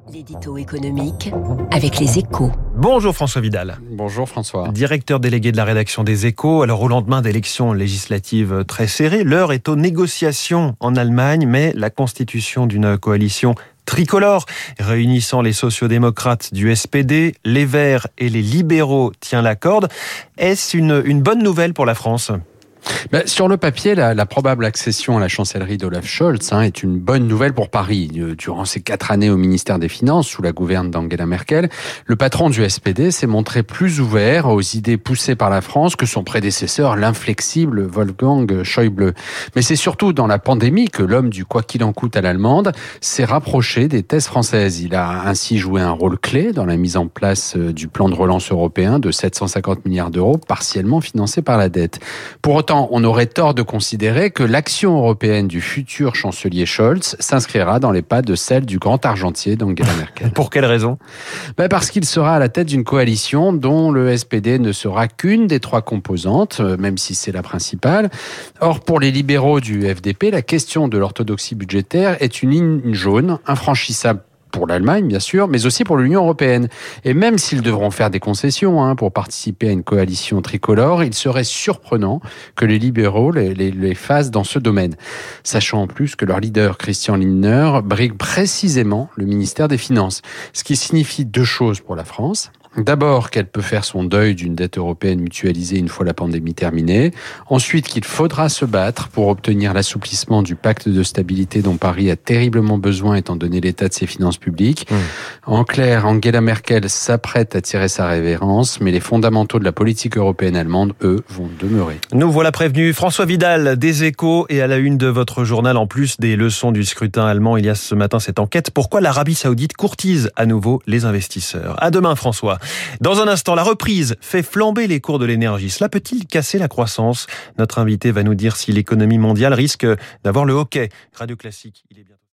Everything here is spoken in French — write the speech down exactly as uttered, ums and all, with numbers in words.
L'édito économique avec les Échos. Bonjour François Vidal. Bonjour François. Directeur délégué de la rédaction des Échos. Alors au lendemain d'élections législatives très serrées, l'heure est aux négociations en Allemagne, mais la constitution d'une coalition tricolore réunissant les sociodémocrates du S P D, les Verts et les libéraux tient la corde. Est-ce une, une bonne nouvelle pour la France ? Ben, sur le papier, la, la probable accession à la chancellerie d'Olaf Scholz hein, est une bonne nouvelle pour Paris. Durant ses quatre années au ministère des Finances, sous la gouverne d'Angela Merkel, le patron du S P D s'est montré plus ouvert aux idées poussées par la France que son prédécesseur, l'inflexible Wolfgang Schäuble. Mais c'est surtout dans la pandémie que l'homme du quoi qu'il en coûte à l'allemande s'est rapproché des thèses françaises. Il a ainsi joué un rôle clé dans la mise en place du plan de relance européen de sept cent cinquante milliards d'euros, partiellement financé par la dette. Pour autant, on aurait tort de considérer que l'action européenne du futur chancelier Scholz s'inscrira dans les pas de celle du grand argentier d'Angela Merkel. Pour quelle raison ? Ben parce qu'il sera à la tête d'une coalition dont le S P D ne sera qu'une des trois composantes, même si c'est la principale. Or, pour les libéraux du F D P, la question de l'orthodoxie budgétaire est une ligne jaune, infranchissable pour l'Allemagne, bien sûr, mais aussi pour l'Union européenne. Et même s'ils devront faire des concessions hein, pour participer à une coalition tricolore, il serait surprenant que les libéraux les, les, les fassent dans ce domaine. Sachant en plus que leur leader, Christian Lindner, brigue précisément le ministère des Finances. Ce qui signifie deux choses pour la France. D'abord, qu'elle peut faire son deuil d'une dette européenne mutualisée une fois la pandémie terminée. Ensuite, qu'il faudra se battre pour obtenir l'assouplissement du pacte de stabilité dont Paris a terriblement besoin étant donné l'état de ses finances publiques. Mmh. En clair, Angela Merkel s'apprête à tirer sa révérence, mais les fondamentaux de la politique européenne allemande, eux, vont demeurer. Nous voilà prévenus. François Vidal des Échos et à la une de votre journal, en plus des leçons du scrutin allemand, il y a ce matin cette enquête. Pourquoi l'Arabie Saoudite courtise à nouveau les investisseurs ? À demain François. Dans un instant, la reprise fait flamber les cours de l'énergie. Cela peut-il casser la croissance ? Notre invité va nous dire si l'économie mondiale risque d'avoir le hockey. Radio Classique, il est bien